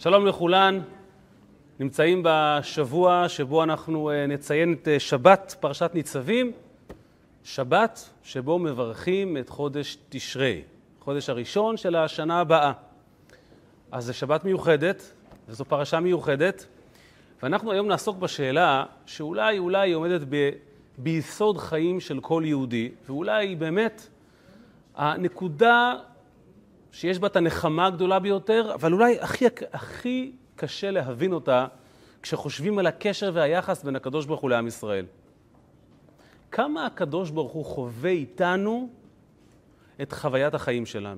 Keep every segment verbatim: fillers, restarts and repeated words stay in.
שלום לכולן, נמצאים בשבוע שבו אנחנו נציין את שבת פרשת ניצבים, שבת שבו מברכים את חודש תשרי, חודש הראשון של השנה הבאה. אז זו שבת מיוחדת, וזו פרשה מיוחדת, ואנחנו היום נעסוק בשאלה שאולי אולי היא עומדת ב, ביסוד חיים של כל יהודי, ואולי היא באמת הנקודה שיש בה את הנחמה הגדולה ביותר, אבל אולי הכי, הכי קשה להבין אותה כשחושבים על הקשר והיחס בין הקדוש ברוך הוא לעם ישראל. כמה הקדוש ברוך הוא חווה איתנו את חוויית החיים שלנו?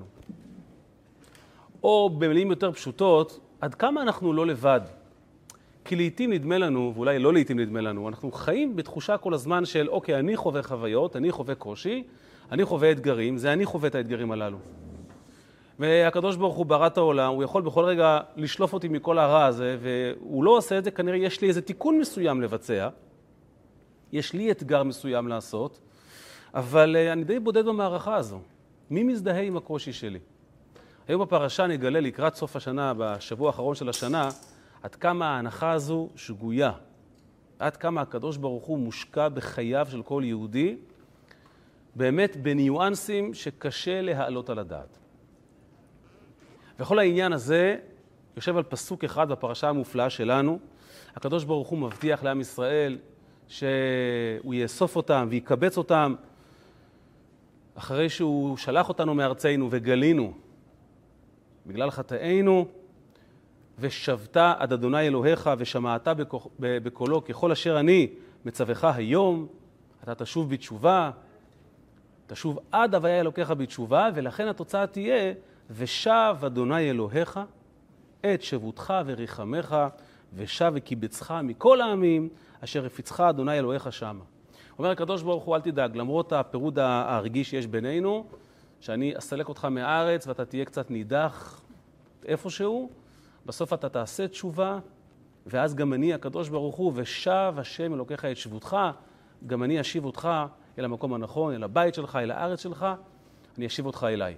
או במילים יותר פשוטות, עד כמה אנחנו לא לבד? כי לעתים נדמה לנו, ואולי לא לעתים נדמה לנו, אנחנו חיים בתחושה כל הזמן של, אוקיי, אני חווה חוויות, אני חווה קושי, אני חווה אתגרים, זה אני חווה את האתגרים הללו. והקדוש ברוך הוא ברא את העולם, הוא יכול בכל רגע לשלוף אותי מכל הרע הזה, והוא לא עושה את זה, כנראה יש לי איזה תיקון מסוים לבצע, יש לי אתגר מסוים לעשות, אבל אני די בודד במערכה הזו. מי מזדהה עם הקושי שלי? היום בפרשה נגלה לקראת סוף השנה, בשבוע האחרון של השנה, עד כמה ההנחה הזו שגויה, עד כמה הקדוש ברוך הוא מושקע בחייו של כל יהודי, באמת בניואנסים שקשה להעלות על הדעת. וכל העניין הזה יושב על פסוק אחד בפרשה המופלאה שלנו. הקדוש ברוך הוא מבטיח לעם ישראל שהוא יאסוף אותם ויקבץ אותם אחרי שהוא שלח אותנו מארצנו וגלינו בגלל חטאינו, ושבת עד אדוני אלוהיך ושמעת בקולו ככל אשר אני מצווך היום, אתה תשוב בתשובה, תשוב עד הוויה אלוקיך בתשובה, ולכן התוצאה תהיה ושב אדוני אלוהיך את שבותך וריחמך ושב וקיבצך מכל העמים אשר הפיצך אדוני אלוהיך שמה. אומר הקדוש ברוך הוא, אל תדאג, למרות הפירוד הרגיש שיש בינינו, שאני אסלק אותך מהארץ ואתה תהיה קצת נידח איפשהו, בסוף אתה תעשה תשובה, ואז גם אני הקדוש ברוך הוא, ושב השם אלוקיך את שבותך, גם אני אשיב אותך אל המקום הנכון, אל הבית שלך, אל הארץ שלך, אני אשיב אותך אליי.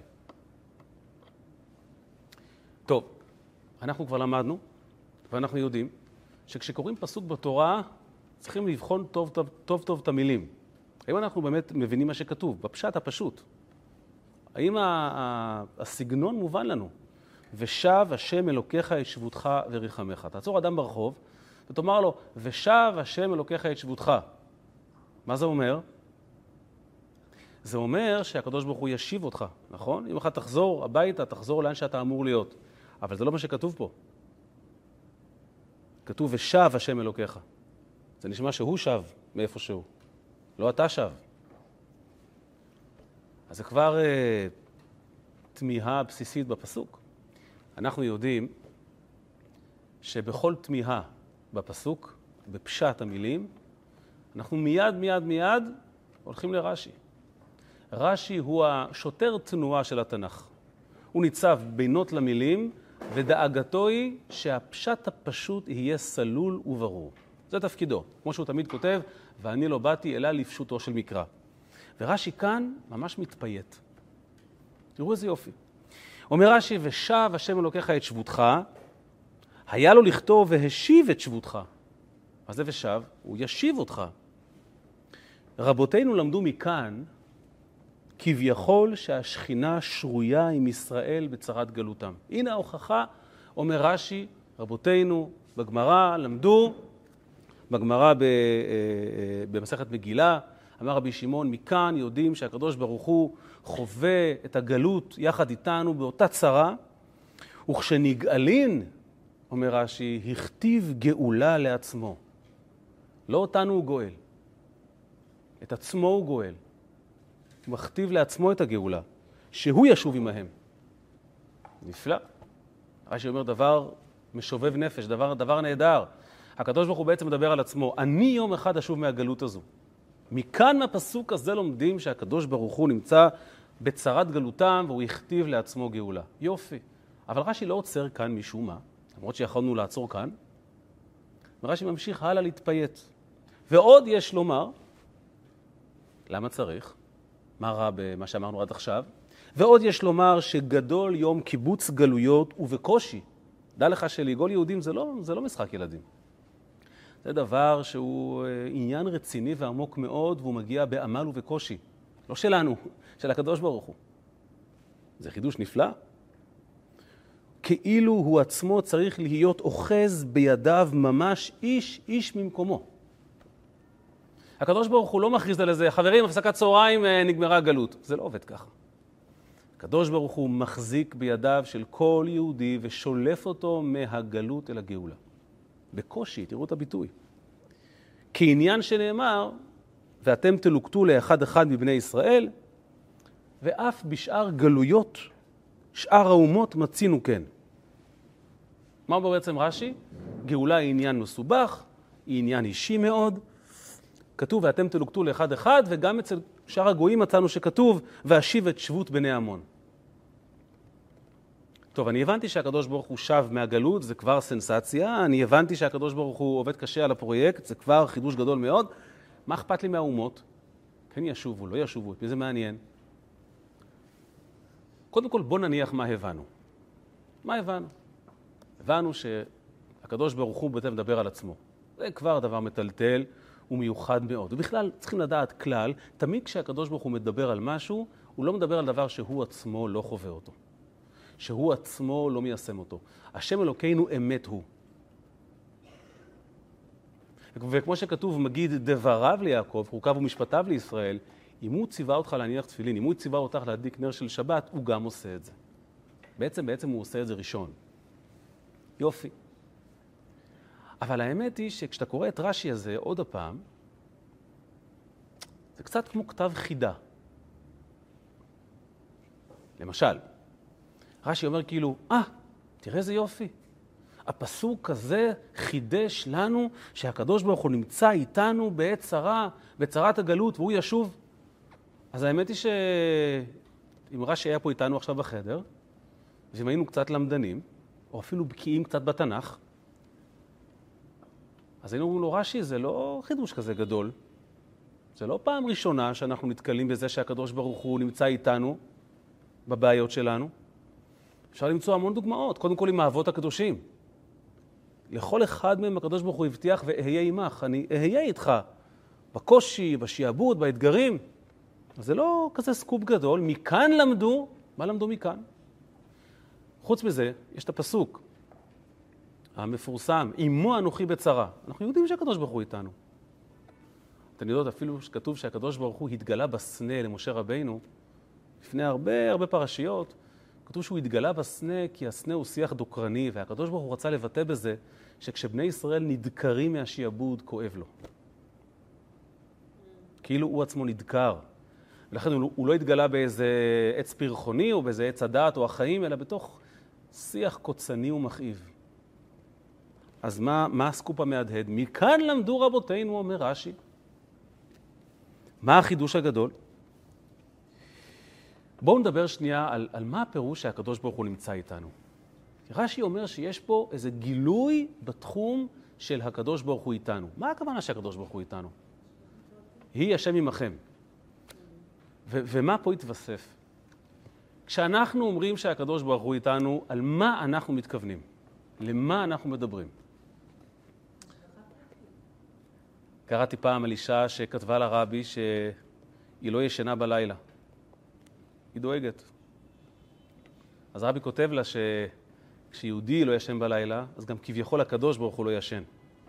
טוב, אנחנו כבר למדנו, ואנחנו יודעים, שכשקוראים פסוק בתורה, צריכים לבחון טוב טוב, טוב, טוב את המילים. האם אנחנו באמת מבינים מה שכתוב, בפשט הפשוט? האם הסגנון מובן לנו? ושב השם אלוקיך את שבותך וריחמך. תעצור אדם ברחוב, ותאמר לו, ושב השם אלוקיך את שבותך. מה זה אומר? זה אומר שהקדוש ברוך הוא ישיב אותך, נכון? אם אתה תחזור הביתה, תחזור לאן שאתה אמור להיות. אבל זה לא מה שכתוב פה. כתוב ושב השם אלוקיך. זה נשמע שהוא שב מאיפה שהוא. לא אתה שב. אז זה כבר אה, תמיהה בסיסית בפסוק. אנחנו יודעים שבכל תמיהה בפסוק, בפשט המילים, אנחנו מיד מיד מיד הולכים לרש"י. רש"י הוא השוטר תנועה של התנ"ך. הוא ניצב בינות למילים, ודאגתו היא שהפשט הפשוט יהיה סלול וברור. זה תפקידו, כמו שהוא תמיד כותב, ואני לא באתי אלא לפשוטו של מקרא. ורש"י כאן ממש מתפייט. תראו איזה יופי. אומר רש"י, ושב השם אלוקיך את שבותך, היה לו לכתוב והשיב את שבותך. אז זה ושב, הוא ישיב אותך. רבותינו למדו מכאן, כביכול שהשכינה שרויה עם ישראל בצרת גלותם. הנה ההוכחה, אומר רש"י, רבותינו בגמרא למדו, בגמרא במסכת מגילה, אמר רבי שמעון, מכאן יודעים שהקדוש ברוך הוא חווה את הגלות יחד איתנו באותה צרה, וכשנגאלין, אומר רש"י, הכתיב גאולה לעצמו. לא אותנו הוא גואל, את עצמו הוא גואל. הוא מכתיב לעצמו את הגאולה, שהוא ישוב עמהם. נפלא. רש"י אומר דבר משובב נפש, דבר, דבר נהדר. הקדוש ברוך הוא בעצם מדבר על עצמו, אני יום אחד אשוב מהגלות הזו. מכאן מהפסוק הזה לומדים שהקדוש ברוך הוא נמצא בצרת גלותם, והוא הכתיב לעצמו גאולה. יופי. אבל רש"י לא עוצר כאן משום מה, למרות שיכולנו לעצור כאן. ורש"י ממשיך הלאה להתפייט. ועוד יש לומר, למה צריך? מה רע במה שאמרנו עד עכשיו? ועוד יש לומר שגדול יום קיבוץ גלויות ובקושי דע לך שלגאול יהודים זה לא, זה לא משחק ילדים. זה דבר שהוא עניין רציני ועמוק מאוד, והוא מגיע בעמל ובקושי. לא שלנו, של הקדוש ברוך הוא. זה חידוש נפלא. כאילו הוא עצמו צריך להיות אוחז בידיו ממש איש איש ממקומו. הקדוש ברוך הוא לא מכריז על איזה, חברים, הפסקת צהריים, נגמרה הגלות. זה לא עובד ככה. הקדוש ברוך הוא מחזיק בידיו של כל יהודי ושולף אותו מהגלות אל הגאולה. בקושי, תראו את הביטוי. כעניין שנאמר, ואתם תלוקטו לאחד אחד מבני ישראל, ואף בשאר גלויות, שאר האומות מצינו כן. מה אומר בעצם רש"י? גאולה היא עניין מסובך, היא עניין אישי מאוד. כתוב ואתם תלוקטו לאחד אחד, וגם אצל שאר הגויים מצאנו שכתוב ואשיב את שבות בני עמון. טוב, אני הבנתי שהקדוש ברוך הוא שב מהגלות, זה כבר סנסציה. אני הבנתי שהקדוש ברוך הוא עובד קשה על הפרויקט, זה כבר חידוש גדול מאוד. מה אכפת לי מהאומות? כן ישובו, לא ישובו, את מי זה מעניין? קודם כל בוא נניח מה הבנו. מה הבנו? הבנו שהקדוש ברוך הוא בעצם מדבר על עצמו. זה כבר דבר מטלטל ומיוחד מאוד. ובכלל צריכים לדעת כלל, תמיד כשהקדוש ברוך הוא מדבר על משהו, הוא לא מדבר על דבר שהוא עצמו לא חווה אותו. שהוא עצמו לא מיישם אותו. השם אלוקינו אמת הוא. וכמו שכתוב מגיד דבריו ליעקב, חוקיו ומשפטיו לישראל, אם הוא ציווה אותך להניח תפילין, אם הוא ציווה אותך להדליק נר של שבת, הוא גם עושה את זה. בעצם, בעצם הוא עושה את זה ראשון. יופי. אבל האמת היא שכשאתה קורא את רש"י הזה עוד הפעם, זה קצת כמו כתב חידה. למשל, רש"י אומר כאילו, אה, תראה איזה יופי. הפסוק הזה חידש לנו שהקדוש ברוך הוא נמצא איתנו בעת צרה, בצרת הגלות, והוא ישוב. אז האמת היא שאם רש"י היה פה איתנו עכשיו בחדר, ואם היינו קצת למדנים, או אפילו בקיאים קצת בתנ"ך, אז היינו אומרים לו, רש"י, זה לא חידוש כזה גדול. זה לא פעם ראשונה שאנחנו נתקלים בזה שהקדוש ברוך הוא נמצא איתנו בבעיות שלנו. אפשר למצוא המון דוגמאות, קודם כל עם האבות הקדושים. לכל אחד מהם הקדוש ברוך הוא הבטיח ואהיה עמך, אני אהיה איתך בקושי, בשיעבוד, באתגרים. אז זה לא כזה סקופ גדול, מכאן למדו, מה למדו מכאן? חוץ מזה, יש את הפסוק המפורסם, עמו אנוכי בצרה. אנחנו יודעים שהקדוש ברוך הוא איתנו. אתם יודעות, אפילו שכתוב שהקדוש ברוך הוא התגלה בסנה למשה רבינו, לפני הרבה הרבה פרשיות, כתוב שהוא התגלה בסנה כי הסנה הוא שיח דוקרני, והקדוש ברוך הוא רצה לבטא בזה שכשבני ישראל נדקרים מהשיעבוד, כואב לו. כאילו הוא עצמו נדקר. ולכן הוא, הוא לא התגלה באיזה עץ פרחוני או באיזה עץ הדעת או החיים, אלא בתוך שיח קוצני ומכאיב. אז מה, מה הסקופ המהדהד? מכאן למדו רבותינו, אומר רש"י. מה החידוש הגדול? בואו נדבר שנייה על, על מה הפירוש שהקדוש ברוך הוא נמצא איתנו. רש"י אומר שיש פה איזה גילוי בתחום של הקדוש ברוך הוא איתנו. מה הכוונה שהקדוש ברוך הוא איתנו? היא השם עמכם. ו- ומה פה התווסף? כשאנחנו אומרים שהקדוש ברוך הוא איתנו, על מה אנחנו מתכוונים? למה אנחנו מדברים? קראתי פעם על אישה שכתבה לרבי שהיא לא ישנה בלילה. היא דואגת. אז רבי כותב לה שכשיהודי לא ישן בלילה, אז גם כביכול הקדוש ברוך הוא לא ישן.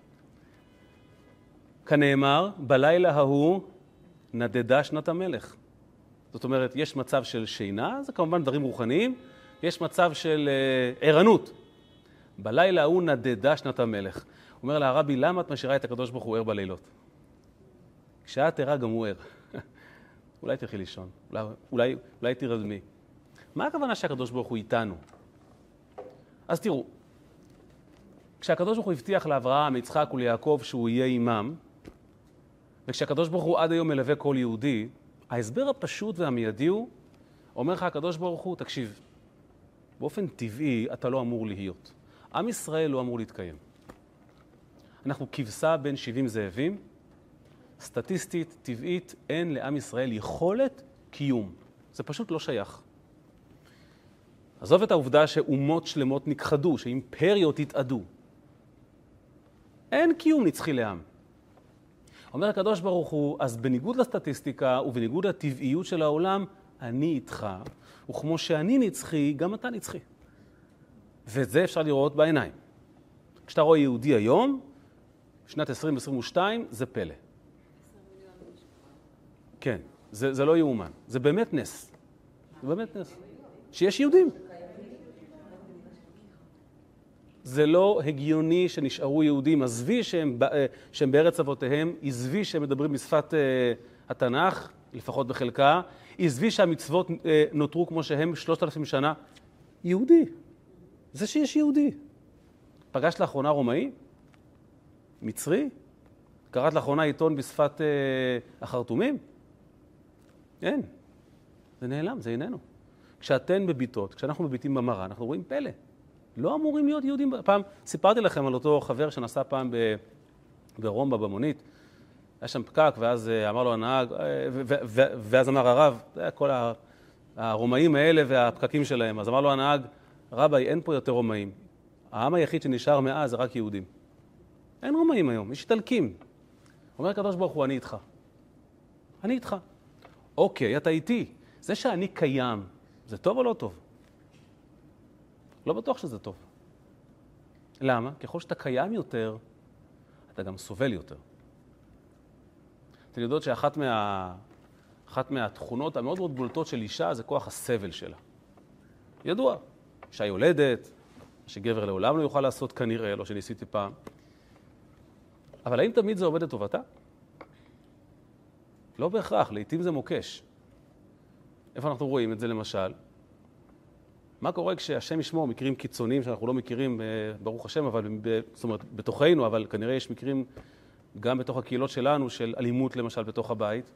כנאמר, בלילה ההוא נדדה שנת המלך. זאת אומרת, יש מצב של שינה, זה כמובן דברים רוחניים, יש מצב של uh, ערנות. בלילה ההוא נדדה שנת המלך. אומר לה, הרבי, למה את משאירה את הקדוש ברוך הוא ער בלילות? כשאת ערה גם הוא ער. אולי תלכי לישון, אולי, אולי, אולי תירדמי. מה הכוונה שהקדוש ברוך הוא איתנו? אז תראו, כשהקדוש ברוך הוא הבטיח לאברהם, יצחק וליעקב שהוא יהיה עמם, וכשהקדוש ברוך הוא עד היום מלווה כל יהודי, ההסבר הפשוט והמיידי הוא, אומר לך הקדוש ברוך הוא, תקשיב, באופן טבעי אתה לא אמור להיות. עם ישראל לא אמור להתקיים. אנחנו כבשה בין שבעים זאבים, סטטיסטית, טבעית, אין לעם ישראל יכולת קיום. זה פשוט לא שייך. עזוב את העובדה שאומות שלמות נכחדו, שאימפריות התאדו. אין קיום נצחי לעם. אומר הקדוש ברוך הוא, אז בניגוד לסטטיסטיקה ובניגוד לטבעיות של העולם, אני איתך, וכמו שאני נצחי, גם אתה נצחי. ואת זה אפשר לראות בעיניים. כשאתה רואה יהודי היום, שנת עשרים עשרים ושתיים, זה פלא. כן, זה, זה לא יאומן. זה באמת נס. זה באמת נס. שיש יהודים. זה לא הגיוני שנשארו יהודים. עזבי שהם, שהם בארץ אבותיהם, עזבי שהם מדברים בשפת uh, התנ"ך, לפחות בחלקה, עזבי שהמצוות uh, נותרו כמו שהם שלושת אלפים שנה. יהודי. זה שיש יהודי. פגשת לאחרונה רומאי? מצרי? קראת לאחרונה עיתון בשפת uh, החרטומים? אין. זה נעלם, זה איננו. כשאתן בביטות, כשאנחנו בביטים במראה, אנחנו רואים פלא. לא אמורים להיות יהודים. פעם סיפרתי לכם על אותו חבר שנסע פעם ב... ברומבה במונית. היה שם פקק, ואז אמר לו הנהג, ו- ו- ו- ואז אמר הרב, זה היה כל הרומאים האלה והפקקים שלהם. אז אמר לו הנהג, רבי, אין פה יותר רומאים. העם היחיד שנשאר מאז זה רק יהודים. אין רומאים היום, יש איטלקים. אומר הקדוש ברוך הוא, אני איתך. אני איתך. אוקיי, אתה איתי. זה שאני קיים, זה טוב או לא טוב? לא בטוח שזה טוב. למה? ככל שאתה קיים יותר, אתה גם סובל יותר. אתם יודעות שאחת מה... אחת מהתכונות המאוד מאוד בולטות של אישה זה כוח הסבל שלה. ידוע. אישה יולדת, שגבר לעולם לא יוכל לעשות כנראה, לא שניסיתי פעם. אבל האם תמיד זה עובד לטובתה? לא בהכרח, לעתים זה מוקש. איפה אנחנו רואים את זה למשל? מה קורה כשהשם ישמור מקרים קיצוניים שאנחנו לא מכירים, ברוך השם, אבל זאת אומרת, בתוכנו, אבל כנראה יש מקרים גם בתוך הקהילות שלנו של אלימות למשל בתוך הבית.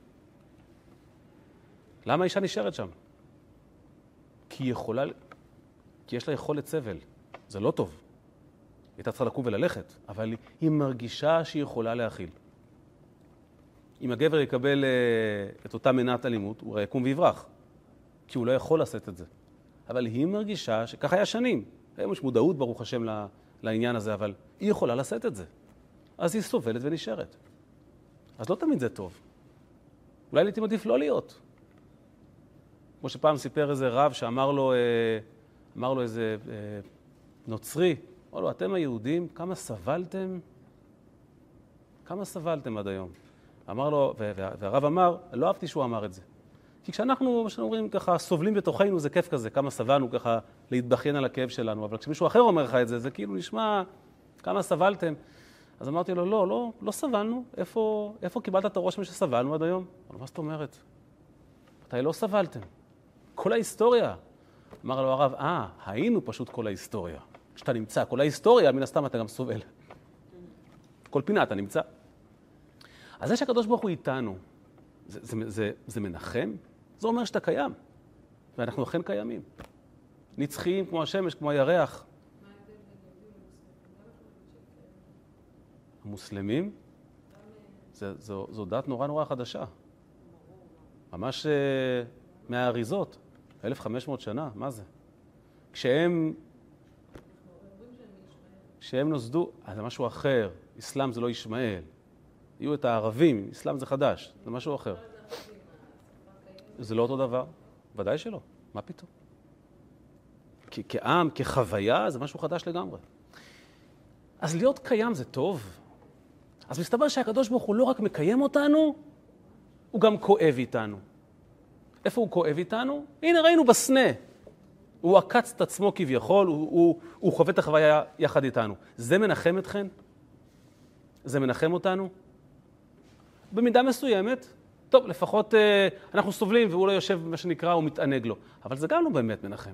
למה האישה נשארת שם? כי היא יכולה, כי יש לה יכולת סבל. זה לא טוב. היא הייתה צריכה לקום וללכת, אבל היא מרגישה שהיא יכולה להכיל. אם הגבר יקבל את אותה מנת אלימות, הוא יקום ויברח, כי הוא לא יכול לעשות את זה. אבל היא מרגישה שככה היה שנים. היום יש מודעות, ברוך השם, לעניין הזה, אבל היא יכולה לעשות את זה. אז היא סובלת ונשארת. אז לא תמיד זה טוב. אולי לעתים עדיף לא להיות. כמו שפעם סיפר איזה רב שאמר לו, אמר לו איזה נוצרי, אמר לו, אתם היהודים, כמה סבלתם? כמה סבלתם עד היום? אמר לו, והרב אמר, לא אהבתי שהוא אמר את זה. כי כשאנחנו, מה שאומרים ככה, סובלים בתוכנו, זה כיף כזה, כמה סבלנו ככה להתבכיין על הכאב שלנו, אבל כשמישהו אחר אומר לך את זה, זה כאילו נשמע כמה סבלתם. אז אמרתי לו, לא, לא, לא סבלנו, איפה, איפה קיבלת את הראש שסבלנו עד היום? אבל מה זאת אומרת? מתי לא סבלתם? כל ההיסטוריה. אמר לו הרב, אה, היינו פשוט כל ההיסטוריה. כשאתה נמצא, כל ההיסטוריה, מן הסתם אתה גם סובל. כל פינה אתה נמצא. אז זה שהקדוש ברוך הוא איתנו, זה, זה, זה, זה מנחם? זה אומר שאתה קיים, ואנחנו אכן קיימים. נצחיים כמו השמש, כמו הירח. מה ההבדל בין יהודים המוסלמים? זה, זו, זו דת נורא נורא חדשה. ממש מהאריזות, אלף וחמש מאות שנה, מה זה? כשהם, כשהם נוסדו, אז זה משהו אחר. אסלאם זה לא ישמעאל. יהיו את הערבים, אסלאם זה חדש, זה משהו אחר. זה לא אותו דבר? ודאי שלא. מה פתאום? כי כעם, כחוויה, זה משהו חדש לגמרי. אז להיות קיים זה טוב. אז מסתבר שהקדוש ברוך הוא לא רק מקיים אותנו, הוא גם כואב איתנו. איפה הוא כואב איתנו? הנה ראינו בסנה. הוא עקץ את עצמו כביכול, הוא, הוא, הוא חווה את החוויה יחד איתנו. זה מנחם אתכן? זה מנחם אותנו? במידה מסוימת, טוב, לפחות אה, אנחנו סובלים והוא לא יושב במה שנקרא, הוא מתענג לו. אבל זה גם לא באמת מנחם.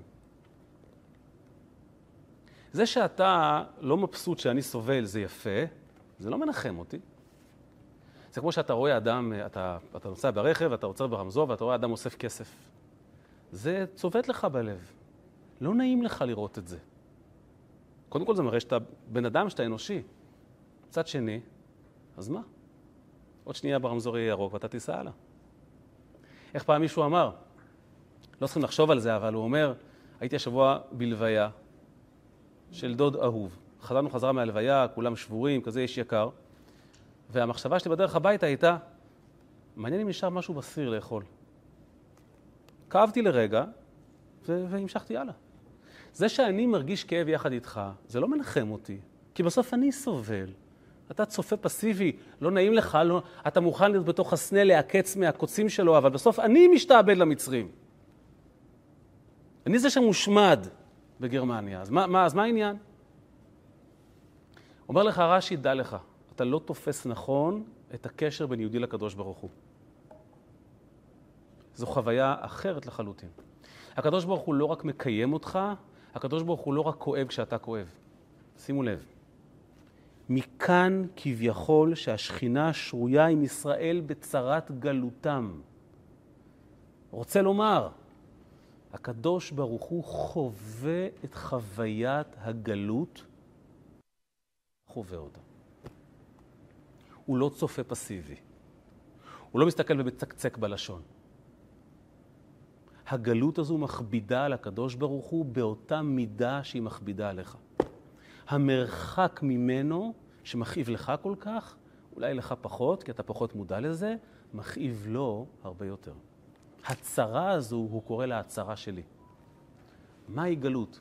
זה שאתה לא מבסוט שאני סובל זה יפה, זה לא מנחם אותי. זה כמו שאתה רואה אדם, אתה, אתה נוסע ברכב, אתה עוצר ברמזור ואתה רואה אדם אוסף כסף. זה צובט לך בלב. לא נעים לך לראות את זה. קודם כל זה מראה שאתה בן אדם, שאתה אנושי. מצד שני, אז מה? עוד שנייה ברמזור יהיה ירוק ואתה תיסע הלאה. איך פעם מישהו אמר? לא צריכים לחשוב על זה, אבל הוא אומר, הייתי השבוע בלוויה של דוד אהוב. חזרנו חזרה מהלוויה, כולם שבורים, כזה איש יקר. והמחשבה שלי בדרך הביתה הייתה, מעניין אם נשאר משהו בסיר לאכול. כאבתי לרגע, ו- והמשכתי הלאה. זה שאני מרגיש כאב יחד איתך, זה לא מנחם אותי, כי בסוף אני סובל. אתה צופה פסיבי, לא נעים לך, לא, אתה מוכן להיות בתוך הסנה להקץ מהקוצים שלו, אבל בסוף אני משתעבד למצרים. אני זה שמושמד בגרמניה, אז מה, מה, אז מה העניין? אומר לך רש"י, דע לך, אתה לא תופס נכון את הקשר בין יהודי לקדוש ברוך הוא. זו חוויה אחרת לחלוטין. הקדוש ברוך הוא לא רק מקיים אותך, הקדוש ברוך הוא לא רק כואב כשאתה כואב. שימו לב. מכאן כביכול שהשכינה שרויה עם ישראל בצרת גלותם. רוצה לומר, הקדוש ברוך הוא חווה את חוויית הגלות, חווה אותה. הוא לא צופה פסיבי. הוא לא מסתכל ומצקצק בלשון. הגלות הזו מכבידה על הקדוש ברוך הוא באותה מידה שהיא מכבידה עליך. המרחק ממנו שמכאיב לך כל כך, אולי לך פחות, כי אתה פחות מודע לזה, מכאיב לו הרבה יותר. הצרה הזו הוא קורא לה הצרה שלי. מהי גלות?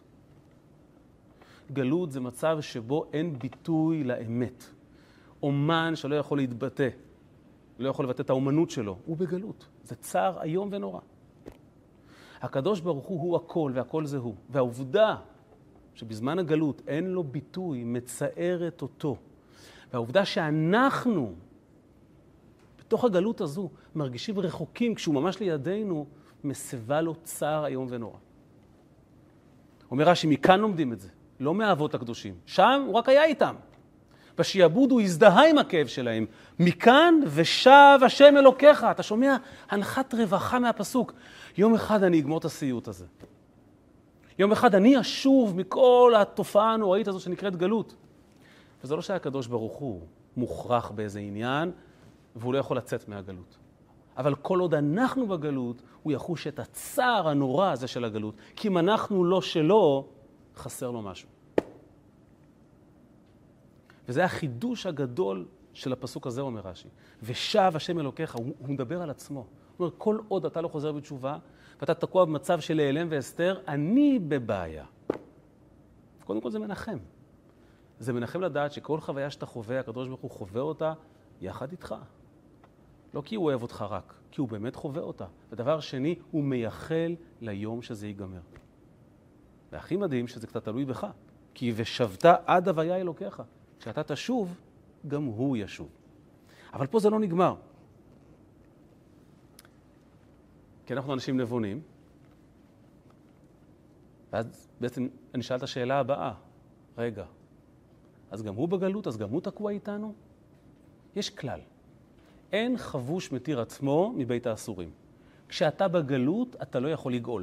גלות זה מצב שבו אין ביטוי לאמת. אומן שלא יכול להתבטא, לא יכול לבטא את האומנות שלו, הוא בגלות. זה צער איום ונורא. הקדוש ברוך הוא הוא הכל, והכל זה הוא. והעובדה שבזמן הגלות אין לו ביטוי, מצערת אותו. והעובדה שאנחנו, בתוך הגלות הזו, מרגישים רחוקים, כשהוא ממש לידינו, מסבה לו צער איום ונורא. אומר רש"י, מכאן לומדים את זה, לא מאבות הקדושים. שם הוא רק היה איתם. בשיעבוד הוא הזדהה עם הכאב שלהם. מכאן ושב השם אלוקיך. אתה שומע הנחת רווחה מהפסוק. יום אחד אני אגמור את הסיוט הזה. יום אחד אני אשוב מכל התופעה הנוראית הזו שנקראת גלות. וזה לא שהקדוש ברוך הוא מוכרח באיזה עניין, והוא לא יכול לצאת מהגלות. אבל כל עוד אנחנו בגלות, הוא יחוש את הצער הנורא הזה של הגלות. כי אם אנחנו לא שלו, חסר לו משהו. וזה החידוש הגדול של הפסוק הזה, אומר רש"י. ושב השם אלוקיך, הוא, הוא מדבר על עצמו. הוא אומר, כל עוד אתה לא חוזר בתשובה, ואתה תקוע במצב של להיעלם והסתר, אני בבעיה. קודם כל זה מנחם. זה מנחם לדעת שכל חוויה שאתה חווה, הקדוש ברוך הוא חווה אותה יחד איתך. לא כי הוא אוהב אותך רק, כי הוא באמת חווה אותה. ודבר שני, הוא מייחל ליום שזה ייגמר. והכי מדהים שזה קצת תלוי בך. כי ושבת עד הוויה אלוקיך. כשאתה תשוב, גם הוא ישוב. אבל פה זה לא נגמר. כי אנחנו אנשים נבונים. ואז בעצם אני שאל את השאלה הבאה. רגע, אז גם הוא בגלות, אז גם הוא תקוע איתנו? יש כלל. אין חבוש מתיר עצמו מבית האסורים. כשאתה בגלות, אתה לא יכול לגאול.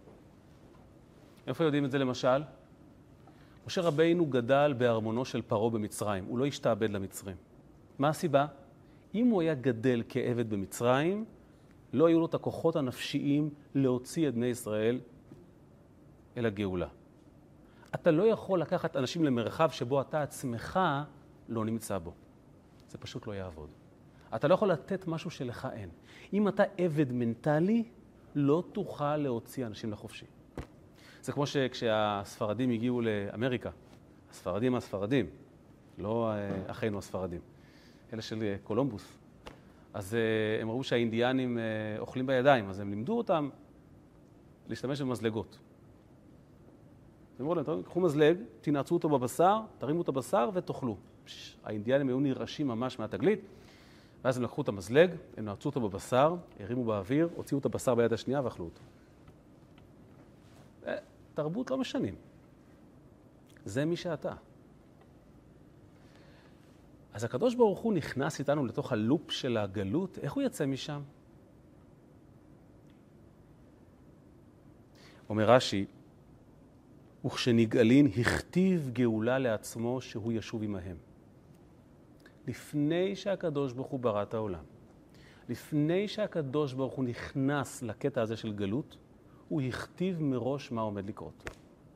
איפה יודעים את זה למשל? משה רבינו גדל בארמונו של פרעה במצרים. הוא לא השתעבד למצרים. מה הסיבה? אם הוא היה גדל כעבד במצרים, לא היו לו את הכוחות הנפשיים להוציא את בני ישראל אל הגאולה. אתה לא יכול לקחת אנשים למרחב שבו אתה עצמך לא נמצא בו. זה פשוט לא יעבוד. אתה לא יכול לתת משהו שלך אין. אם אתה עבד מנטלי, לא תוכל להוציא אנשים לחופשי. זה כמו שכשהספרדים הגיעו לאמריקה, הספרדים הספרדים, לא אחינו הספרדים, אלה של קולומבוס. אז הם ראו שהאינדיאנים אוכלים בידיים, אז הם לימדו אותם להשתמש במזלגות. הם אמרו להם, קחו מזלג, תנעצו אותו בבשר, תרימו את הבשר ותאכלו. האינדיאנים היו נרעשים ממש מהתגלית, ואז הם לקחו את המזלג, הם נעצו אותו בבשר, הרימו באוויר, הוציאו את הבשר ביד השנייה ואכלו אותו. תרבות לא משנים. זה מי שאתה. אז הקדוש ברוך הוא נכנס איתנו לתוך הלופ של הגלות. איך הוא יצא משם? אומר רש"י, וכשנגאלין הכתיב גאולה לעצמו שהוא ישוב עמהם. לפני שהקדוש ברוך הוא ברא את העולם, לפני שהקדוש ברוך הוא נכנס לקטע הזה של גלות, הוא הכתיב מראש מה עומד לקרות.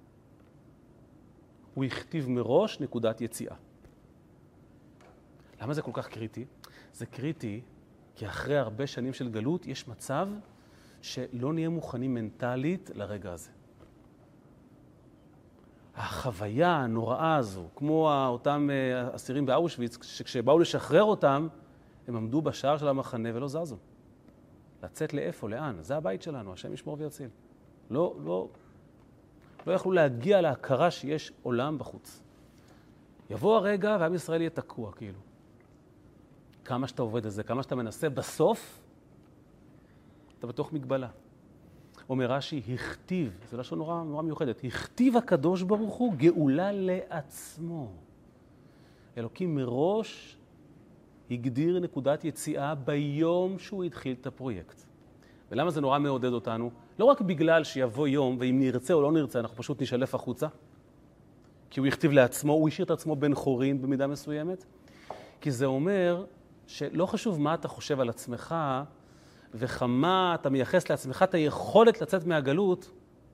הוא הכתיב מראש נקודת יציאה. למה זה כל כך קריטי? זה קריטי כי אחרי הרבה שנים של גלות יש מצב שלא נהיה מוכנים מנטלית לרגע הזה. החוויה הנוראה הזו, כמו אותם אסירים באושוויץ, שכשבאו לשחרר אותם, הם עמדו בשער של המחנה ולא זזו. לצאת לאיפה, לאן? זה הבית שלנו, השם ישמור ויציל. לא, לא, לא יכלו להגיע להכרה שיש עולם בחוץ. יבוא הרגע ועם ישראל יהיה תקוע, כאילו. כמה שאתה עובד על זה, כמה שאתה מנסה, בסוף אתה בתוך מגבלה. אומר רש"י, הכתיב, זה לשון נורא, נורא מיוחדת, הכתיב הקדוש ברוך הוא גאולה לעצמו. אלוקים מראש הגדיר נקודת יציאה ביום שהוא התחיל את הפרויקט. ולמה זה נורא מעודד אותנו? לא רק בגלל שיבוא יום, ואם נרצה או לא נרצה, אנחנו פשוט נשלף החוצה, כי הוא הכתיב לעצמו, הוא השאיר את עצמו בן חורין במידה מסוימת, כי זה אומר שלא חשוב מה אתה חושב על עצמך, וכמה אתה מייחס לעצמך את היכולת לצאת מהגלות,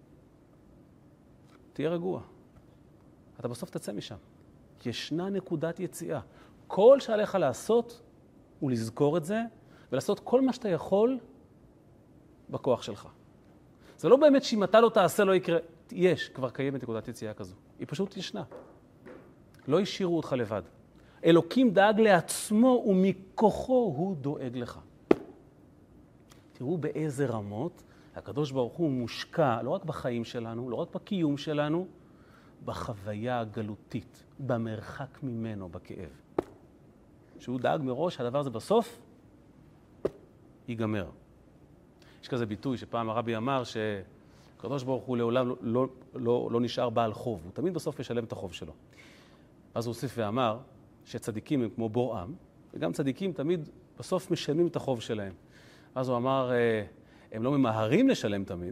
תהיה רגוע. אתה בסוף תצא משם. כי ישנה נקודת יציאה. כל שעליך לעשות הוא לזכור את זה, ולעשות כל מה שאתה יכול בכוח שלך. זה לא באמת שאם אתה לא תעשה לא יקרה. יש, כבר קיימת נקודת יציאה כזו. היא פשוט ישנה. לא השאירו אותך לבד. אלוקים דאג לעצמו ומכוחו הוא דואג לך. תראו באיזה רמות הקדוש ברוך הוא מושקע לא רק בחיים שלנו, לא רק בקיום שלנו, בחוויה הגלותית, במרחק ממנו, בכאב. שהוא דאג מראש, הדבר הזה בסוף ייגמר. יש כזה ביטוי שפעם הרבי אמר שהקדוש ברוך הוא לעולם לא, לא, לא, לא נשאר בעל חוב, הוא תמיד בסוף ישלם את החוב שלו. אז הוא הוסיף ואמר שצדיקים הם כמו בוראם, וגם צדיקים תמיד בסוף משלמים את החוב שלהם. אז הוא אמר, הם לא ממהרים לשלם תמיד.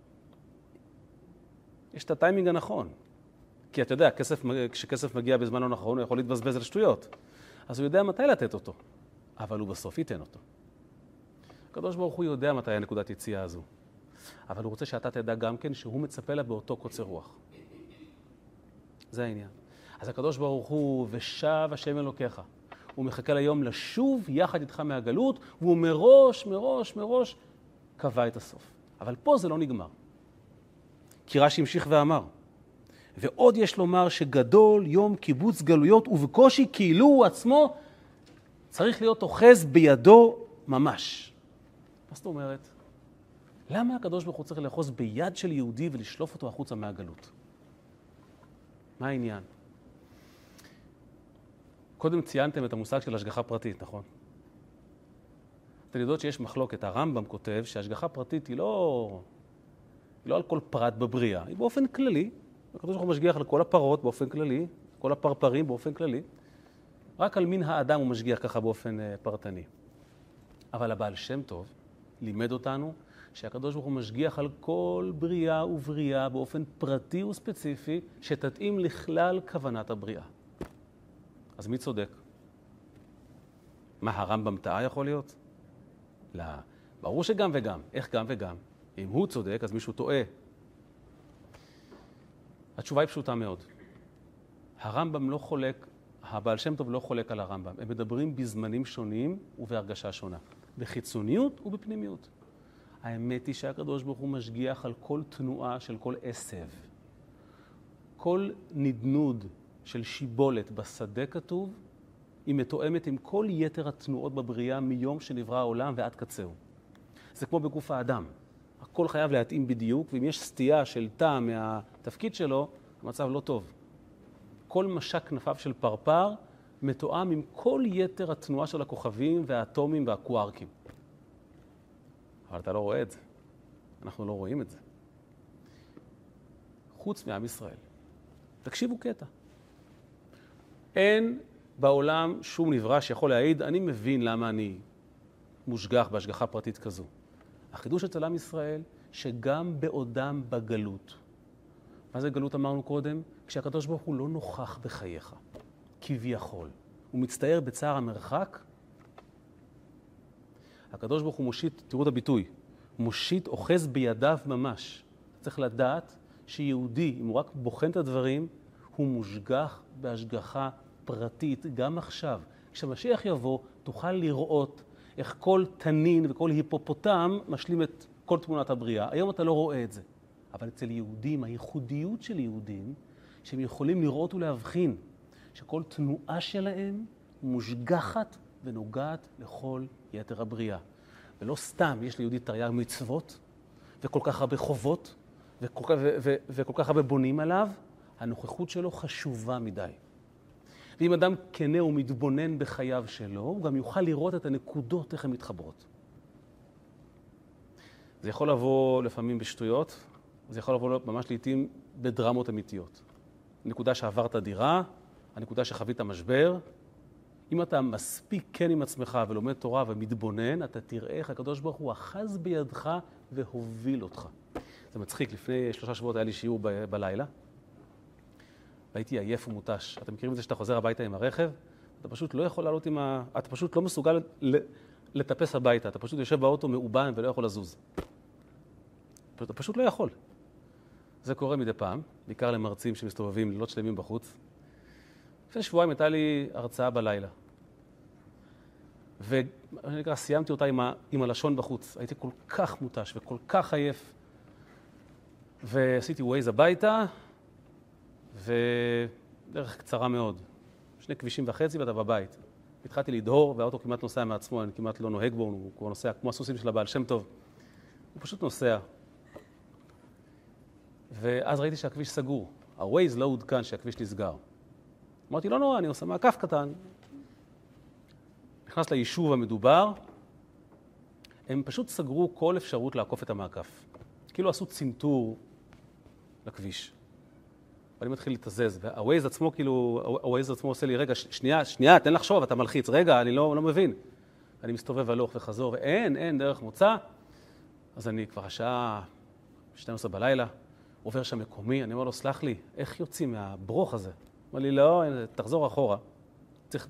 יש את הטיימינג הנכון. כי אתה יודע, כסף, כשכסף מגיע בזמן לא נכון, הוא יכול להתבזבז על שטויות. אז הוא יודע מתי לתת אותו, אבל הוא בסוף ייתן אותו. הקדוש ברוך הוא יודע מתי הנקודת יציאה הזו. אבל הוא רוצה שאתה תדע גם כן שהוא מצפה לה באותו קוצר רוח. זה העניין. אז הקדוש ברוך הוא ושב השם אלוקיך. הוא מחכה ליום לשוב יחד איתך מהגלות, והוא מראש, מראש, מראש קבע את הסוף. אבל פה זה לא נגמר. כי רש"י המשיך ואמר, ועוד יש לומר שגדול יום קיבוץ גלויות, ובקושי כאילו הוא עצמו צריך להיות אוחז בידו ממש. מה זאת אומרת? למה הקדוש ברוך הוא צריך לאחוז ביד של יהודי ולשלוף אותו החוצה מהגלות? מה העניין? קודם ציינתם את המושג של השגחה פרטית, נכון? אתם יודעות שיש מחלוקת, הרמב"ם כותב שהשגחה פרטית היא לא, היא לא על כל פרט בבריאה, היא באופן כללי. הקדוש ברוך הוא משגיח על כל הפרות באופן כללי, כל הפרפרים באופן כללי. רק על מין האדם הוא משגיח ככה באופן פרטני. אבל הבעל שם טוב לימד אותנו שהקדוש ברוך הוא משגיח על כל בריאה ובריאה באופן פרטי וספציפי שתתאים לכלל כוונת הבריאה. אז מי צודק? מה, הרמב"ם טעה יכול להיות? לא. ברור שגם וגם. איך גם וגם? אם הוא צודק, אז מישהו טועה. התשובה היא פשוטה מאוד. הרמב"ם לא חולק, הבעל שם טוב לא חולק על הרמב"ם. הם מדברים בזמנים שונים ובהרגשה שונה. בחיצוניות ובפנימיות. האמת היא שהקדוש ברוך הוא משגיח על כל תנועה של כל עשב. כל נדנוד של שיבולת בשדה כתוב, היא מתואמת עם כל יתר התנועות בבריאה מיום שנברא העולם ועד קצהו. זה כמו בגוף האדם. הכל חייב להתאים בדיוק, ואם יש סטייה של תא מהתפקיד שלו, המצב לא טוב. כל משק כנפיו של פרפר מתואם עם כל יתר התנועה של הכוכבים והאטומים והקוארקים. אבל אתה לא רואה את זה. אנחנו לא רואים את זה. חוץ מעם ישראל. תקשיבו קטע. אין בעולם שום נברא שיכול להעיד, אני מבין למה אני מושגח בהשגחה פרטית כזו. החידוש אצל עם ישראל, שגם בעודם בגלות. מה זה גלות אמרנו קודם? כשהקדוש ברוך הוא לא נוכח בחייך, כביכול. הוא מצטער בצער המרחק. הקדוש ברוך הוא מושיט, תראו את הביטוי, מושיט, אוחז בידיו ממש. צריך לדעת שיהודי, אם הוא רק בוחן את הדברים, הוא מושגח בהשגחה פרטית, גם עכשיו. כשמשיח יבוא, תוכל לראות איך כל תנין וכל היפופוטם משלים את כל תמונת הבריאה. היום אתה לא רואה את זה. אבל אצל יהודים, הייחודיות של יהודים, שהם יכולים לראות ולהבחין, שכל תנועה שלהם מושגחת ונוגעת לכל יתר הבריאה. ולא סתם יש ליהודי תרי"ג מצוות, וכל כך הרבה חובות, וכל כך, ו, ו, וכל כך הרבה בונים עליו, הנוכחות שלו חשובה מדי. ואם אדם כנה ומתבונן בחייו שלו, הוא גם יוכל לראות את הנקודות, איך הן מתחברות. זה יכול לבוא לפעמים בשטויות, זה יכול לבוא ממש לעתים בדרמות אמיתיות. הנקודה שעברת דירה, הנקודה שחווית משבר. אם אתה מספיק כן עם עצמך ולומד תורה ומתבונן, אתה תראה איך הקדוש ברוך הוא אחז בידך והוביל אותך. זה מצחיק, לפני שלושה שבועות היה לי שיעור ב- בלילה, והייתי עייף ומותש. אתם מכירים את זה שאתה חוזר הביתה עם הרכב? אתה פשוט לא יכול לעלות עם ה... אתה פשוט לא מסוגל לטפס הביתה. אתה פשוט יושב באוטו מאובן ולא יכול לזוז. אתה פשוט לא יכול. זה קורה מדי פעם, בעיקר למרצים שמסתובבים לילות שלמים בחוץ. לפני שבועיים הייתה לי הרצאה בלילה. ואני נקרא, סיימתי אותה עם, ה... עם הלשון בחוץ. הייתי כל כך מותש וכל כך עייף. ועשיתי ווייז הביתה, ודרך קצרה מאוד. שני כבישים וחצי ואתה בבית. התחלתי לדהור, והאוטו כמעט נוסע מעצמו, אני כמעט לא נוהג בו, הוא כבר נוסע כמו הסוסים של הבעל שם טוב. הוא פשוט נוסע. ואז ראיתי שהכביש סגור. הווייז לא עודכן שהכביש נסגר. אמרתי, לא נורא, אני עושה מעקף קטן. נכנס ליישוב המדובר, הם פשוט סגרו כל אפשרות לעקוף את המעקף. כאילו עשו צנתור לכביש. ואני מתחיל להתזז, והווייז עצמו, כאילו, הווייז עצמו עושה לי, רגע, שנייה, שנייה, תן לחשוב, אתה מלחיץ, רגע, אני לא, לא מבין. אני מסתובב הלוך וחזור, ואין, אין דרך מוצא. אז אני כבר השעה שתים עשרה בלילה, עובר שם מקומי, אני אומר לו, סלח לי, איך יוצאים מהברוך הזה? אומר לי, לא, תחזור אחורה. צריך,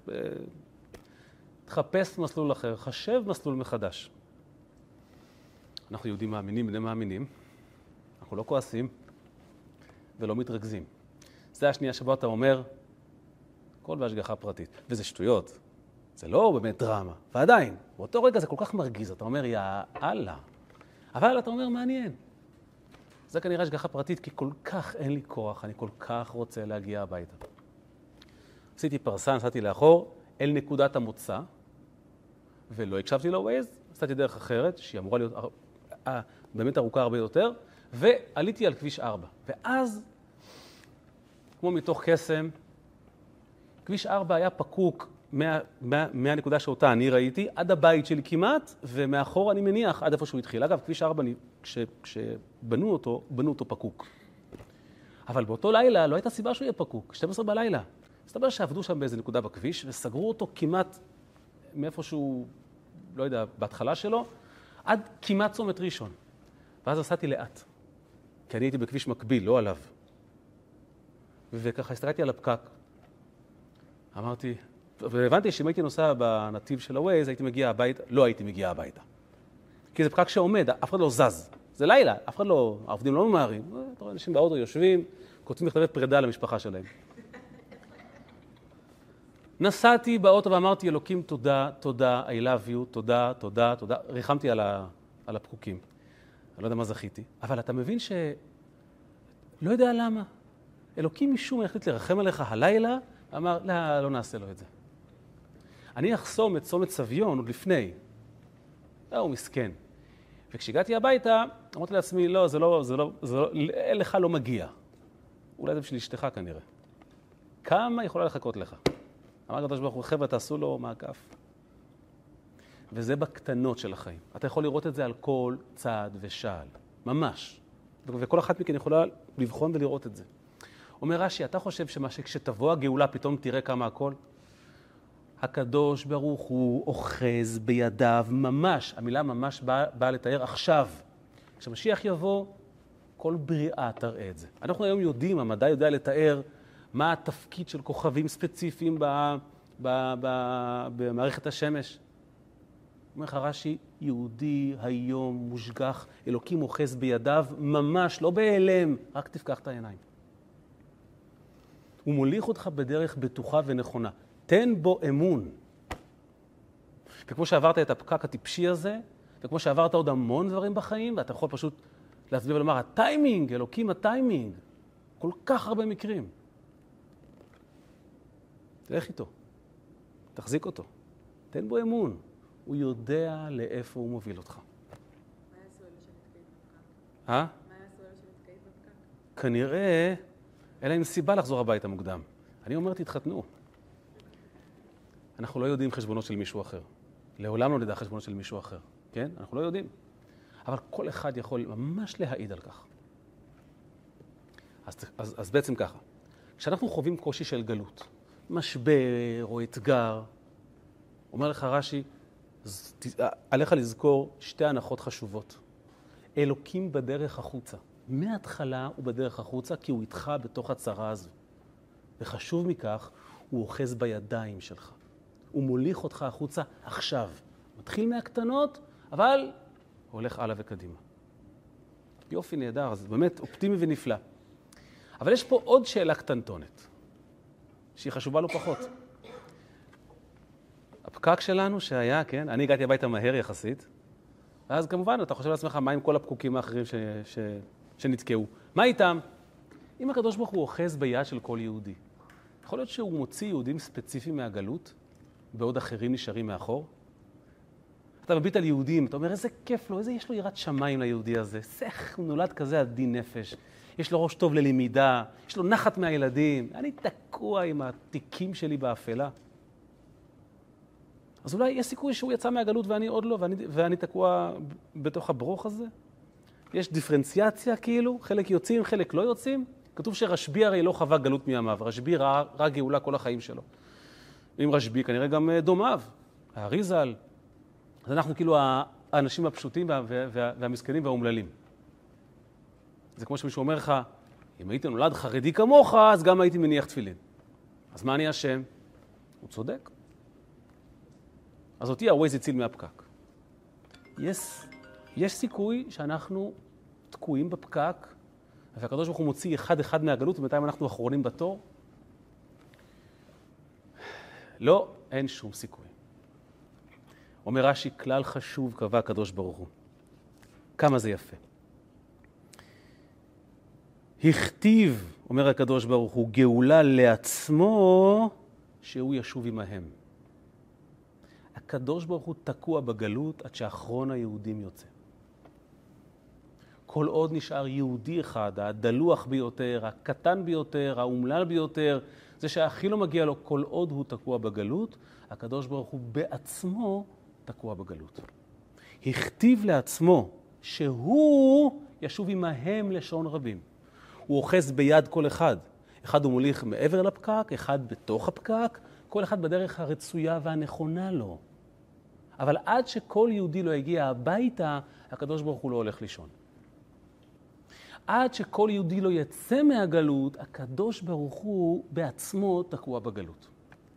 תחפש מסלול אחר, חשב מסלול מחדש. אנחנו יהודים מאמינים, בני מאמינים. אנחנו לא כועסים ולא מתרכזים. זה השנייה שבו אתה אומר, כל בהשגחה פרטית. וזה שטויות. זה לא באמת דרמה. ועדיין, באותו רגע זה כל כך מרגיז. אתה אומר, יא אללה. אבל אתה אומר, מעניין. זה כנראה השגחה פרטית, כי כל כך אין לי כוח, אני כל כך רוצה להגיע הביתה. עשיתי פרסה, נסעתי לאחור, אל נקודת המוצא, ולא הקשבתי לווייז, עשיתי דרך אחרת, שהיא אמורה להיות אה, באמת ארוכה הרבה יותר, ועליתי על כביש ארבע. ואז, כמו מתוך קסם, כביש ארבע היה פקוק מה, מה, מהנקודה שאותה אני ראיתי, עד הבית שלי כמעט, ומאחור אני מניח עד איפה שהוא התחיל. אגב, כביש ארבע, כש, כשבנו אותו, בנו אותו פקוק. אבל באותו לילה לא הייתה סיבה שהוא יהיה פקוק, שתים עשרה בלילה. מסתבר שעבדו שם באיזה נקודה בכביש, וסגרו אותו כמעט מאיפה שהוא, לא יודע, בהתחלה שלו, עד כמעט צומת ראשון. ואז עשיתי לאט, כי אני הייתי בכביש מקביל, לא עליו. וככה הסתכלתי על הפקק. אמרתי, והבנתי שאם הייתי נוסע בנתיב של הווייז, הייתי מגיע הביתה, לא הייתי מגיע הביתה. כי זה פקק שעומד, אף אחד לא זז. זה לילה, אף אחד לא, העובדים לא ממהרים. אתה רואה, אנשים באוטו יושבים, כותבים מכתבי פרידה למשפחה שלהם. נסעתי באוטו ואמרתי, אלוקים, תודה, תודה, I love you, תודה, תודה, תודה. ריחמתי על, ה, על הפקוקים. אני לא יודע מה זכיתי. אבל אתה מבין ש... לא יודע למה. אלוקים משום החליט לרחם עליך הלילה, אמר, לא, לא נעשה לו את זה. אני אחסום את צומת סביון עוד לפני. לא, הוא מסכן. וכשהגעתי הביתה, אמרתי לעצמי, לא, זה לא, זה לא, זה לא, לך לא מגיע. אולי זה בשביל אשתך כנראה. כמה יכולה לחכות לך? אמר הקדוש ברוך הוא, חבר'ה, תעשו לו מעקף. וזה בקטנות של החיים. אתה יכול לראות את זה על כל צעד ושעל. ממש. וכל אחת מכן יכולה לבחון ולראות את זה. אומר רש"י, אתה חושב שמה שכשתבוא הגאולה פתאום תראה כמה הכל? הקדוש ברוך הוא אוחז בידיו ממש. המילה ממש באה, באה לתאר עכשיו. כשמשיח יבוא, כל בריאה תראה את זה. אנחנו היום יודעים, המדע יודע לתאר מה התפקיד של כוכבים ספציפיים ב, ב, ב, במערכת השמש. אומר לך רש"י, יהודי היום מושגח, אלוקים אוחז בידיו, ממש, לא בהיעלם, רק תפקח את העיניים. הוא מוליך אותך בדרך בטוחה ונכונה. תן בו אמון. וכמו שעברת את הפקק הטיפשי הזה, וכמו שעברת עוד המון דברים בחיים, ואתה יכול פשוט להצביע ולומר, הטיימינג, אלוקים הטיימינג, כל כך הרבה מקרים. תלך איתו, תחזיק אותו, תן בו אמון. הוא יודע לאיפה הוא מוביל אותך. מה יעשו אלה שנתקעים בפקק? אה? מה יעשו אלה שנתקעים בפקק? כנראה, אין להם סיבה לחזור הביתה מוקדם. אני אומר, תתחתנו. אנחנו לא יודעים חשבונות של מישהו אחר. לעולם לא נדע חשבונות של מישהו אחר. כן? אנחנו לא יודעים. אבל כל אחד יכול ממש להעיד על כך. אז, אז, אז בעצם ככה. כשאנחנו חווים קושי של גלות, משבר או אתגר, אומר לך רש"י, עליך לזכור שתי הנחות חשובות. אלוקים בדרך החוצה. מההתחלה הוא בדרך החוצה כי הוא איתך בתוך הצרה הזו. וחשוב מכך, הוא אוחז בידיים שלך. הוא מוליך אותך החוצה עכשיו. מתחיל מהקטנות, אבל הוא הולך הלאה וקדימה. יופי נהדר, זה באמת אופטימי ונפלא. אבל יש פה עוד שאלה קטנטונת, שהיא חשובה לא פחות. הפקק שלנו שהיה, כן, אני הגעתי הביתה מהר יחסית, ואז כמובן אתה חושב לעצמך מה עם כל הפקוקים האחרים ש, ש, שנתקעו. מה איתם? אם הקדוש ברוך הוא אוחז ביד של כל יהודי, יכול להיות שהוא מוציא יהודים ספציפיים מהגלות, בעוד אחרים נשארים מאחור? אתה מביט על יהודים, אתה אומר איזה כיף לו, איזה יש לו יראת שמיים ליהודי הזה, סך, הוא נולד כזה עדין נפש, יש לו ראש טוב ללמידה, יש לו נחת מהילדים, אני תקוע עם התיקים שלי באפלה. אז אולי יש סיכוי שהוא יצא מהגלות ואני עוד לא, ואני, ואני תקוע בתוך הברוך הזה? יש דיפרנציאציה כאילו, חלק יוצאים, חלק לא יוצאים. כתוב שרשב"י הרי לא חווה גלות מימיו, רשב"י ראה, ראה גאולה כל החיים שלו. עם רשב"י כנראה גם דומיו, האריז"ל. אז אנחנו כאילו האנשים הפשוטים וה, וה, והמסכנים והאומללים. זה כמו שמישהו אומר לך, אם הייתי נולד חרדי כמוך, אז גם הייתי מניח תפילין. אז מה אני אשם? הוא צודק. אז אותי הווייז הציל מהפקק. יש, יש סיכוי שאנחנו תקועים בפקק, והקדוש ברוך הוא מוציא אחד אחד מהגלות, ובינתיים אנחנו אחרונים בתור. לא, אין שום סיכוי. אומר רש"י, כלל חשוב קבע הקדוש ברוך הוא. כמה זה יפה. הכתיב, אומר הקדוש ברוך הוא, גאולה לעצמו, שהוא ישוב עמהם. הקדוש ברוך הוא תקוע בגלות עד שאחרון היהודים יוצא. כל עוד נשאר יהודי אחד, הדלוח ביותר, הקטן ביותר, האומלל ביותר, זה שהכי לא מגיע לו, כל עוד הוא תקוע בגלות, הקדוש ברוך הוא בעצמו תקוע בגלות. הכתיב לעצמו שהוא ישוב עמהם לשון רבים. הוא אוחז ביד כל אחד. אחד הוא מוליך מעבר לפקק, אחד בתוך הפקק, כל אחד בדרך הרצויה והנכונה לו. אבל עד שכל יהודי לא הגיע הביתה, הקדוש ברוך הוא לא הולך לישון. עד שכל יהודי לא יצא מהגלות, הקדוש ברוך הוא בעצמו תקוע בגלות.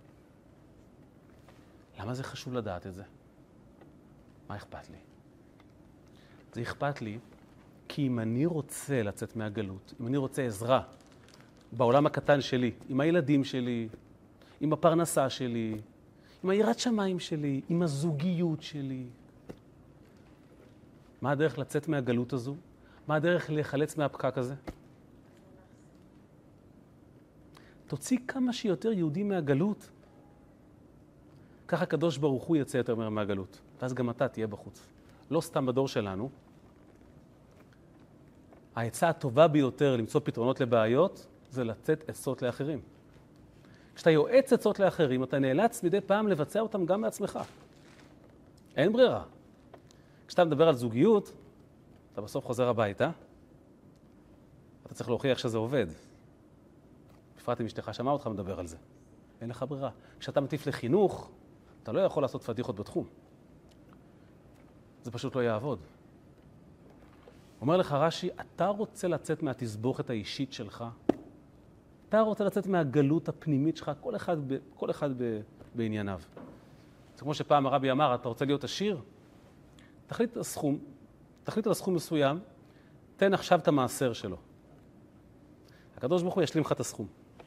למה זה חשוב לדעת את זה? מה אכפת לי? זה אכפת לי כי אם אני רוצה לצאת מהגלות, אם אני רוצה עזרה בעולם הקטן שלי, עם הילדים שלי, עם הפרנסה שלי, עם היראת שמיים שלי, עם הזוגיות שלי, מה הדרך לצאת מהגלות הזו? מה הדרך לחלץ מהפקק הזה? תוציא כמה שיותר יהודים מהגלות. ככה הקדוש ברוך הוא יצא יותר מהר מהגלות. ואז גם אתה תהיה בחוץ. לא סתם בדור שלנו. העצה הטובה ביותר למצוא פתרונות לבעיות, זה לצאת עצות לאחרים. כשאתה יועץ עצות לאחרים, אתה נאלץ מדי פעם לבצע אותם גם בעצמך. אין ברירה. כשאתה מדבר על זוגיות, אתה בסוף חוזר הביתה, אתה צריך להוכיח שזה עובד. בפרט אם אשתך שמעה אותך מדבר על זה. אין לך ברירה. כשאתה מטיף לחינוך, אתה לא יכול לעשות פדיחות בתחום. זה פשוט לא יעבוד. אומר לך רש"י, אתה רוצה לצאת מהתסבוכת האישית שלך, אתה רוצה לצאת מהגלות הפנימית שלך, כל אחד, ב, כל אחד ב, בענייניו. זה כמו שפעם הרבי אמר, אתה רוצה להיות עשיר? תחליט על הסכום, תחליט על הסכום מסוים, תן עכשיו את המעשר שלו. הקדוש ברוך הוא ישלים לך את הסכום.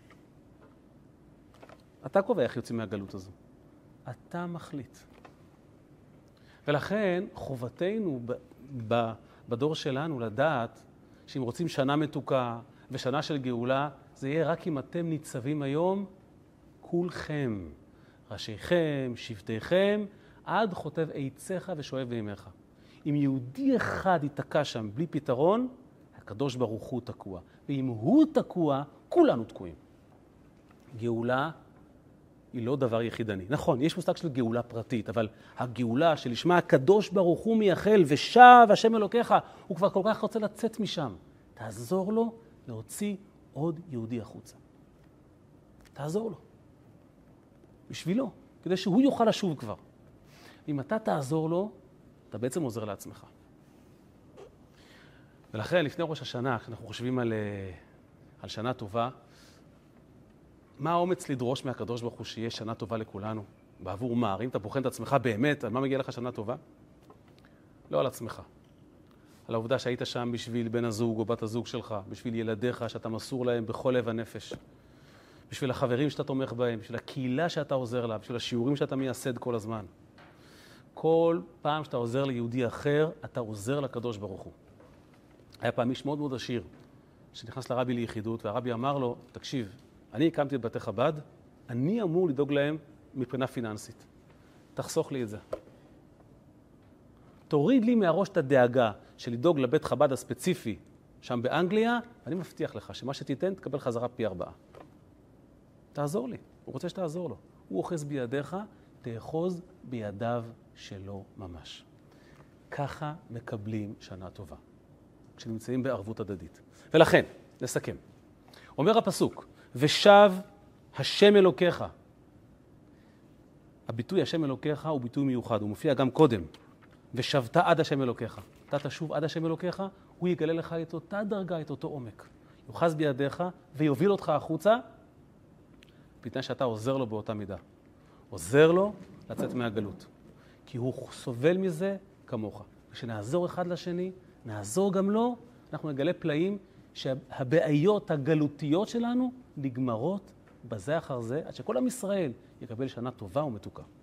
אתה קובע איך יוצאים מהגלות הזו. אתה מחליט. ולכן חובתנו ב- ב- בדור שלנו לדעת שאם רוצים שנה מתוקה ושנה של גאולה, זה יהיה רק אם אתם ניצבים היום, כולכם, ראשיכם, שבטיכם, עד חוטב עיציך ושואב בימיך. אם יהודי אחד ייתקע שם בלי פתרון, הקדוש ברוך הוא תקוע. ואם הוא תקוע, כולנו תקועים. גאולה היא לא דבר יחידני. נכון, יש מושג של גאולה פרטית, אבל הגאולה שלשמה הקדוש ברוך הוא מייחל ושב השם אלוקיך, הוא כבר כל כך רוצה לצאת משם. תעזור לו להוציא עוד יהודי החוצה. תעזור לו. בשבילו, כדי שהוא יוכל לשוב כבר. אם אתה תעזור לו, אתה בעצם עוזר לעצמך. ולכן, לפני ראש השנה, כשאנחנו חושבים על, על שנה טובה, מה האומץ לדרוש מהקדוש ברוך הוא שיהיה שנה טובה לכולנו? בעבור מה? אם אתה בוחן את עצמך באמת, על מה מגיע לך שנה טובה? לא על עצמך. על העובדה שהיית שם בשביל בן הזוג או בת הזוג שלך, בשביל ילדיך שאתה מסור להם בכל לב הנפש, בשביל החברים שאתה תומך בהם, בשביל הקהילה שאתה עוזר לה, בשביל השיעורים שאתה מייסד כל הזמן. כל פעם שאתה עוזר ליהודי אחר, אתה עוזר לקדוש ברוך הוא. היה פעם איש מאוד מאוד עשיר, שנכנס לרבי ליחידות, והרבי אמר לו, תקשיב, אני הקמתי את בתי חב"ד, אני אמור לדאוג להם מבחינה פיננסית. תחסוך לי את זה. תוריד לי מהראש את הדאגה של לדאוג לבית חב"ד הספציפי שם באנגליה, ואני מבטיח לך שמה שתיתן תקבל חזרה פי ארבעה. תעזור לי, הוא רוצה שתעזור לו. הוא אוחז בידיך, תאחוז בידיו שלו ממש. ככה מקבלים שנה טובה, כשנמצאים בערבות הדדית. ולכן, נסכם. אומר הפסוק, ושב השם אלוקיך. הביטוי השם אלוקיך הוא ביטוי מיוחד, הוא מופיע גם קודם. ושבת עד השם אלוקיך. אתה תשוב עד השם אלוקיך, הוא יגלה לך את אותה דרגה, את אותו עומק. יוחז בידיך ויוביל אותך החוצה, בתנאי שאתה עוזר לו באותה מידה. עוזר לו לצאת מהגלות. כי הוא סובל מזה כמוך. כשנעזור אחד לשני, נעזור גם לו, אנחנו נגלה פלאים שהבעיות הגלותיות שלנו נגמרות בזה אחר זה, עד שכל עם ישראל יקבל שנה טובה ומתוקה.